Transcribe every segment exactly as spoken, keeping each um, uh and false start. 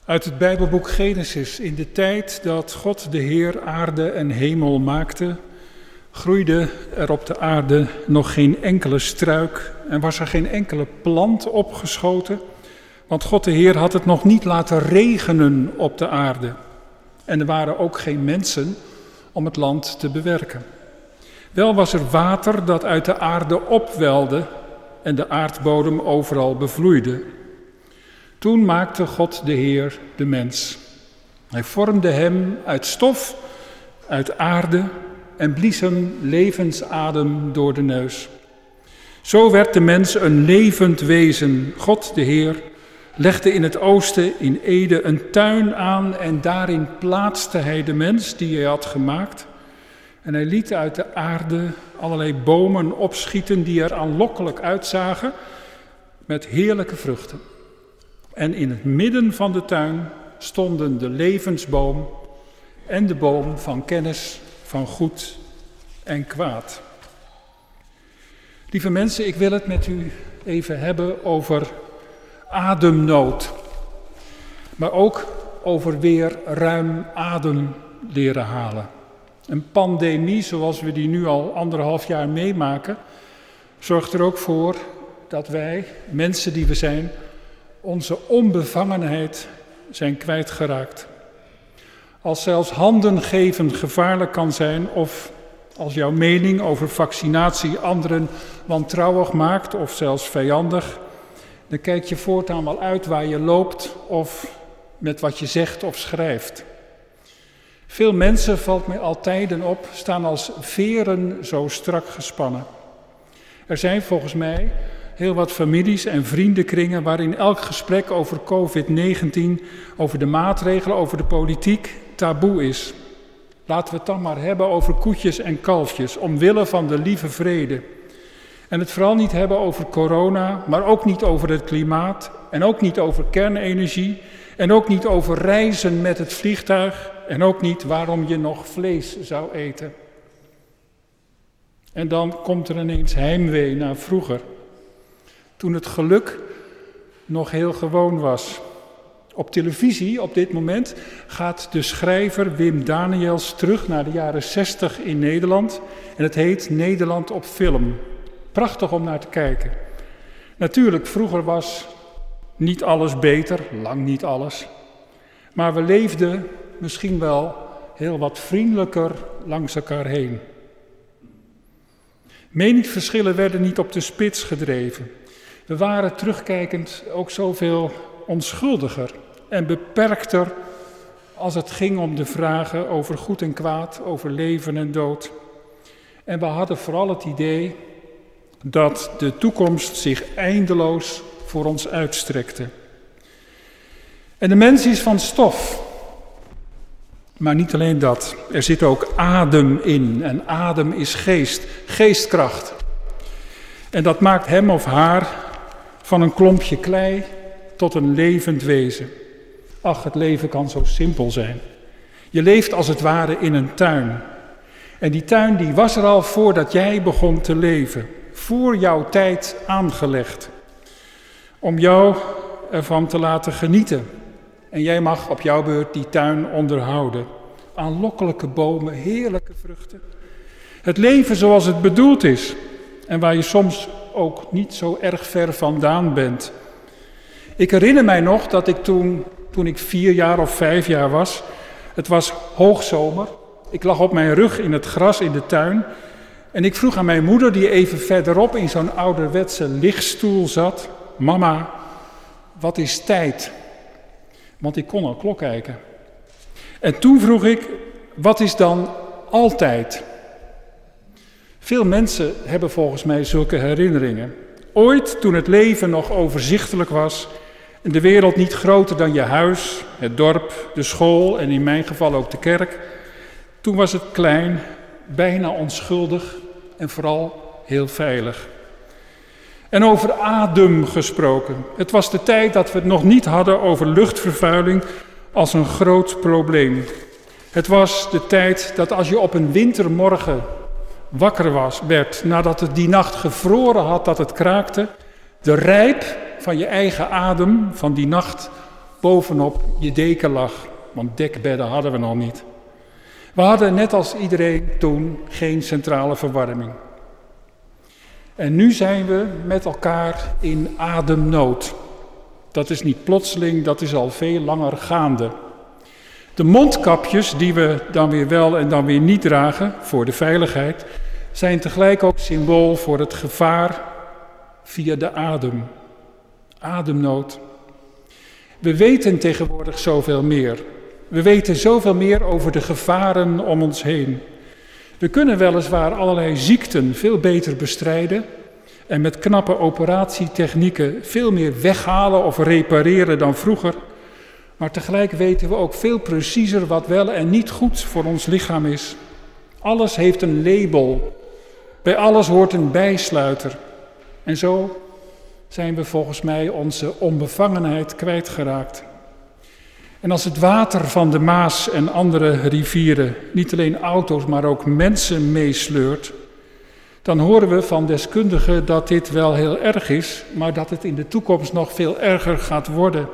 Uit het Bijbelboek Genesis. In de tijd dat God de Heer aarde en hemel maakte, groeide er op de aarde nog geen enkele struik en was er geen enkele plant opgeschoten, want God de Heer had het nog niet laten regenen op de aarde. En er waren ook geen mensen om het land te bewerken. Wel was er water dat uit de aarde opwelde en de aardbodem overal bevloeide. Toen maakte God de Heer de mens. Hij vormde hem uit stof, uit aarde en blies hem levensadem door de neus. Zo werd de mens een levend wezen. God de Heer legde in het oosten in Eden een tuin aan en daarin plaatste hij de mens die hij had gemaakt. En hij liet uit de aarde allerlei bomen opschieten die er aanlokkelijk uitzagen met heerlijke vruchten. En in het midden van de tuin stonden de levensboom en de boom van kennis van goed en kwaad. Lieve mensen, ik wil het met u even hebben over ademnood. Maar ook over weer ruim adem leren halen. Een pandemie zoals we die nu al anderhalf jaar meemaken, zorgt er ook voor dat wij, mensen die we zijn, onze onbevangenheid zijn kwijtgeraakt. Als zelfs handen geven gevaarlijk kan zijn of als jouw mening over vaccinatie anderen wantrouwig maakt of zelfs vijandig, dan kijk je voortaan wel uit waar je loopt of met wat je zegt of schrijft. Veel mensen, valt mij al tijden op, staan als veren zo strak gespannen. Er zijn volgens mij heel wat families en vriendenkringen waarin elk gesprek over covid negentien, over de maatregelen, over de politiek taboe is. Laten we het dan maar hebben over koetjes en kalfjes, omwille van de lieve vrede. En het vooral niet hebben over corona, maar ook niet over het klimaat en ook niet over kernenergie en ook niet over reizen met het vliegtuig en ook niet waarom je nog vlees zou eten. En dan komt er ineens heimwee naar vroeger, toen het geluk nog heel gewoon was. Op televisie op dit moment gaat de schrijver Wim Daniels terug naar de jaren zestig in Nederland. En het heet Nederland op film. Prachtig om naar te kijken. Natuurlijk, vroeger was niet alles beter, lang niet alles. Maar we leefden misschien wel heel wat vriendelijker langs elkaar heen. Meningsverschillen werden niet op de spits gedreven. We waren terugkijkend ook zoveel onschuldiger en beperkter als het ging om de vragen over goed en kwaad, over leven en dood. En we hadden vooral het idee dat de toekomst zich eindeloos voor ons uitstrekte. En de mens is van stof. Maar niet alleen dat, er zit ook adem in en adem is geest, geestkracht. En dat maakt hem of haar van een klompje klei tot een levend wezen. Ach, het leven kan zo simpel zijn. Je leeft als het ware in een tuin. En die tuin die was er al voordat jij begon te leven. Voor jouw tijd aangelegd. Om jou ervan te laten genieten. En jij mag op jouw beurt die tuin onderhouden. Aanlokkelijke bomen, heerlijke vruchten. Het leven zoals het bedoeld is. En waar je soms ook niet zo erg ver vandaan bent. Ik herinner mij nog dat ik toen, toen ik vier jaar of vijf jaar was, het was hoogzomer. Ik lag op mijn rug in het gras in de tuin. En ik vroeg aan mijn moeder, die even verderop in zo'n ouderwetse lichtstoel zat. Mama, wat is tijd? Want ik kon een klok kijken. En toen vroeg ik, wat is dan altijd? Veel mensen hebben volgens mij zulke herinneringen. Ooit, toen het leven nog overzichtelijk was en de wereld niet groter dan je huis, het dorp, de school en in mijn geval ook de kerk, toen was het klein, bijna onschuldig en vooral heel veilig. En over adem gesproken. Het was de tijd dat we het nog niet hadden over luchtvervuiling als een groot probleem. Het was de tijd dat als je op een wintermorgen wakker was, werd, nadat het die nacht gevroren had dat het kraakte, de rijp van je eigen adem van die nacht bovenop je deken lag, want dekbedden hadden we nog niet. We hadden net als iedereen toen geen centrale verwarming. En nu zijn we met elkaar in ademnood. Dat is niet plotseling, dat is al veel langer gaande. De mondkapjes die we dan weer wel en dan weer niet dragen voor de veiligheid, zijn tegelijk ook symbool voor het gevaar via de adem. Ademnood. We weten tegenwoordig zoveel meer. We weten zoveel meer over de gevaren om ons heen. We kunnen weliswaar allerlei ziekten veel beter bestrijden en met knappe operatietechnieken veel meer weghalen of repareren dan vroeger. Maar tegelijk weten we ook veel preciezer wat wel en niet goed voor ons lichaam is. Alles heeft een label. Bij alles hoort een bijsluiter. En zo zijn we volgens mij onze onbevangenheid kwijtgeraakt. En als het water van de Maas en andere rivieren niet alleen auto's, maar ook mensen meesleurt, dan horen we van deskundigen dat dit wel heel erg is, maar dat het in de toekomst nog veel erger gaat worden.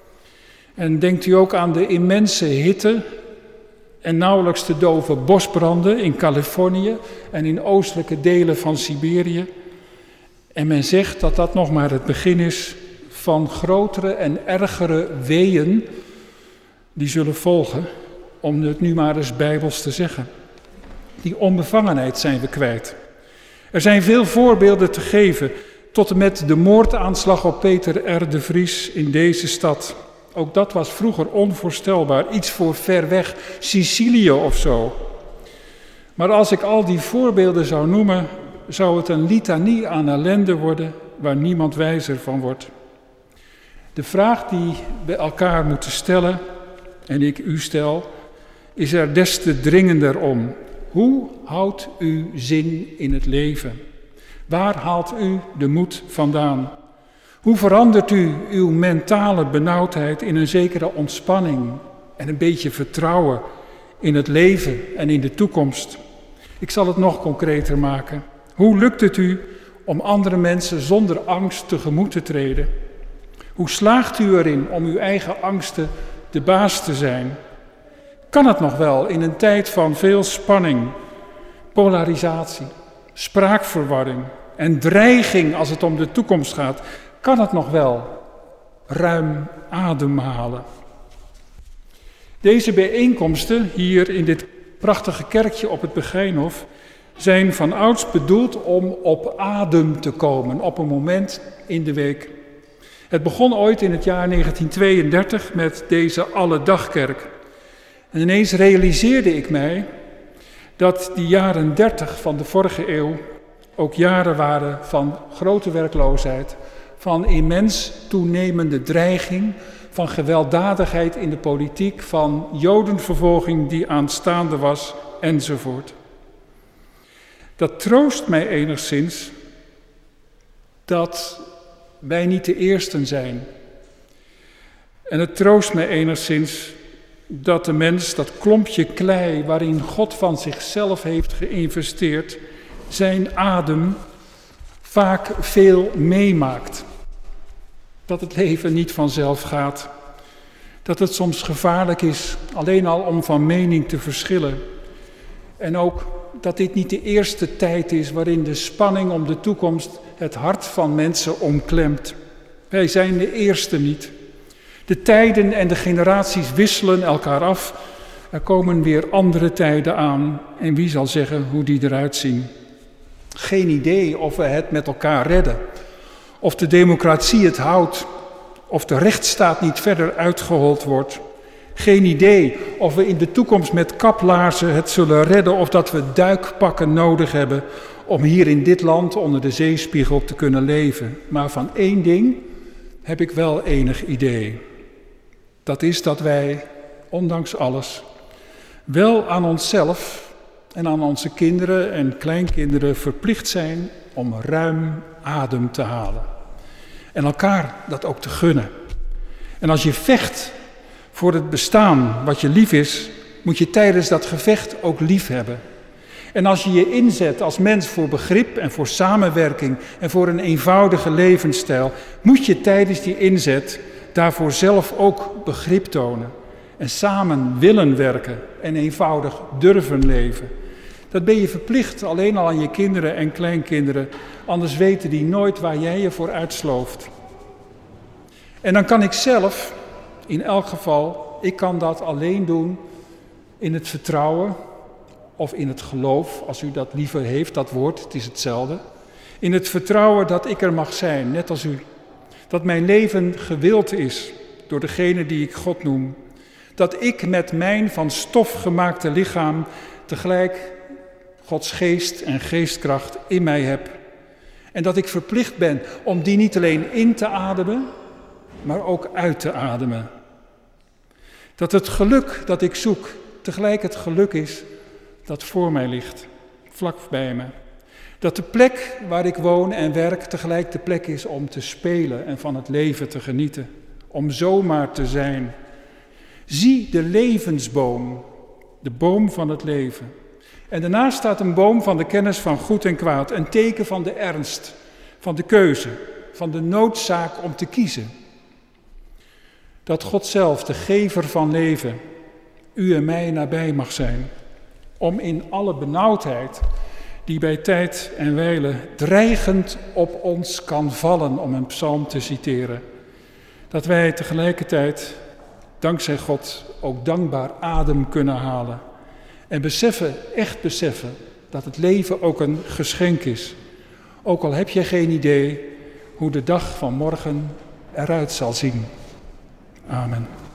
En denkt u ook aan de immense hitte en nauwelijks te doven bosbranden in Californië en in oostelijke delen van Siberië. En men zegt dat dat nog maar het begin is van grotere en ergere weeën die zullen volgen, om het nu maar eens bijbels te zeggen. Die onbevangenheid zijn we kwijt. Er zijn veel voorbeelden te geven, tot en met de moordaanslag op Peter R. de Vries in deze stad. Ook dat was vroeger onvoorstelbaar, iets voor ver weg, Sicilië of zo. Maar als ik al die voorbeelden zou noemen, zou het een litanie aan ellende worden waar niemand wijzer van wordt. De vraag die we elkaar moeten stellen, en ik u stel, is er des te dringender om. Hoe houdt u zin in het leven? Waar haalt u de moed vandaan? Hoe verandert u uw mentale benauwdheid in een zekere ontspanning en een beetje vertrouwen in het leven en in de toekomst? Ik zal het nog concreter maken. Hoe lukt het u om andere mensen zonder angst tegemoet te treden? Hoe slaagt u erin om uw eigen angsten de baas te zijn? Kan het nog wel in een tijd van veel spanning, polarisatie, spraakverwarring en dreiging als het om de toekomst gaat, kan het nog wel ruim ademhalen? Deze bijeenkomsten hier in dit prachtige kerkje op het Begijnhof zijn van ouds bedoeld om op adem te komen, op een moment in de week. Het begon ooit in het jaar negentien tweeëndertig met deze alledagkerk. En ineens realiseerde ik mij dat die jaren dertig van de vorige eeuw ook jaren waren van grote werkloosheid, van immens toenemende dreiging, van gewelddadigheid in de politiek, van jodenvervolging die aanstaande was, enzovoort. Dat troost mij enigszins dat wij niet de eersten zijn. En het troost mij enigszins dat de mens, dat klompje klei waarin God van zichzelf heeft geïnvesteerd, zijn adem vaak veel meemaakt. Dat het leven niet vanzelf gaat. Dat het soms gevaarlijk is, alleen al om van mening te verschillen. En ook dat dit niet de eerste tijd is waarin de spanning om de toekomst het hart van mensen omklemt. Wij zijn de eerste niet. De tijden en de generaties wisselen elkaar af. Er komen weer andere tijden aan. En wie zal zeggen hoe die eruit zien? Geen idee of we het met elkaar redden. Of de democratie het houdt. Of de rechtsstaat niet verder uitgehold wordt. Geen idee of we in de toekomst met kaplaarzen het zullen redden of dat we duikpakken nodig hebben om hier in dit land onder de zeespiegel te kunnen leven. Maar van één ding heb ik wel enig idee. Dat is dat wij, ondanks alles, wel aan onszelf en aan onze kinderen en kleinkinderen verplicht zijn om ruim adem te halen. En elkaar dat ook te gunnen. En als je vecht voor het bestaan wat je lief is, moet je tijdens dat gevecht ook lief hebben. En als je je inzet als mens voor begrip en voor samenwerking en voor een eenvoudige levensstijl, moet je tijdens die inzet daarvoor zelf ook begrip tonen en samen willen werken en eenvoudig durven leven. Dat ben je verplicht alleen al aan je kinderen en kleinkinderen, anders weten die nooit waar jij je voor uitslooft. En dan kan ik zelf, in elk geval, ik kan dat alleen doen in het vertrouwen of in het geloof, als u dat liever heeft, dat woord, het is hetzelfde. In het vertrouwen dat ik er mag zijn, net als u. Dat mijn leven gewild is door degene die ik God noem. Dat ik met mijn van stof gemaakte lichaam tegelijk Gods geest en geestkracht in mij heb. En dat ik verplicht ben om die niet alleen in te ademen, maar ook uit te ademen. Dat het geluk dat ik zoek tegelijk het geluk is dat voor mij ligt, vlak bij me. Dat de plek waar ik woon en werk tegelijk de plek is om te spelen en van het leven te genieten. Om zomaar te zijn. Zie de levensboom, de boom van het leven. En daarnaast staat een boom van de kennis van goed en kwaad. Een teken van de ernst, van de keuze, van de noodzaak om te kiezen. Dat God zelf, de gever van leven, u en mij nabij mag zijn. Om in alle benauwdheid die bij tijd en wijle dreigend op ons kan vallen, om een psalm te citeren. Dat wij tegelijkertijd, dankzij God, ook dankbaar adem kunnen halen. En beseffen, echt beseffen, dat het leven ook een geschenk is. Ook al heb je geen idee hoe de dag van morgen eruit zal zien. Amen.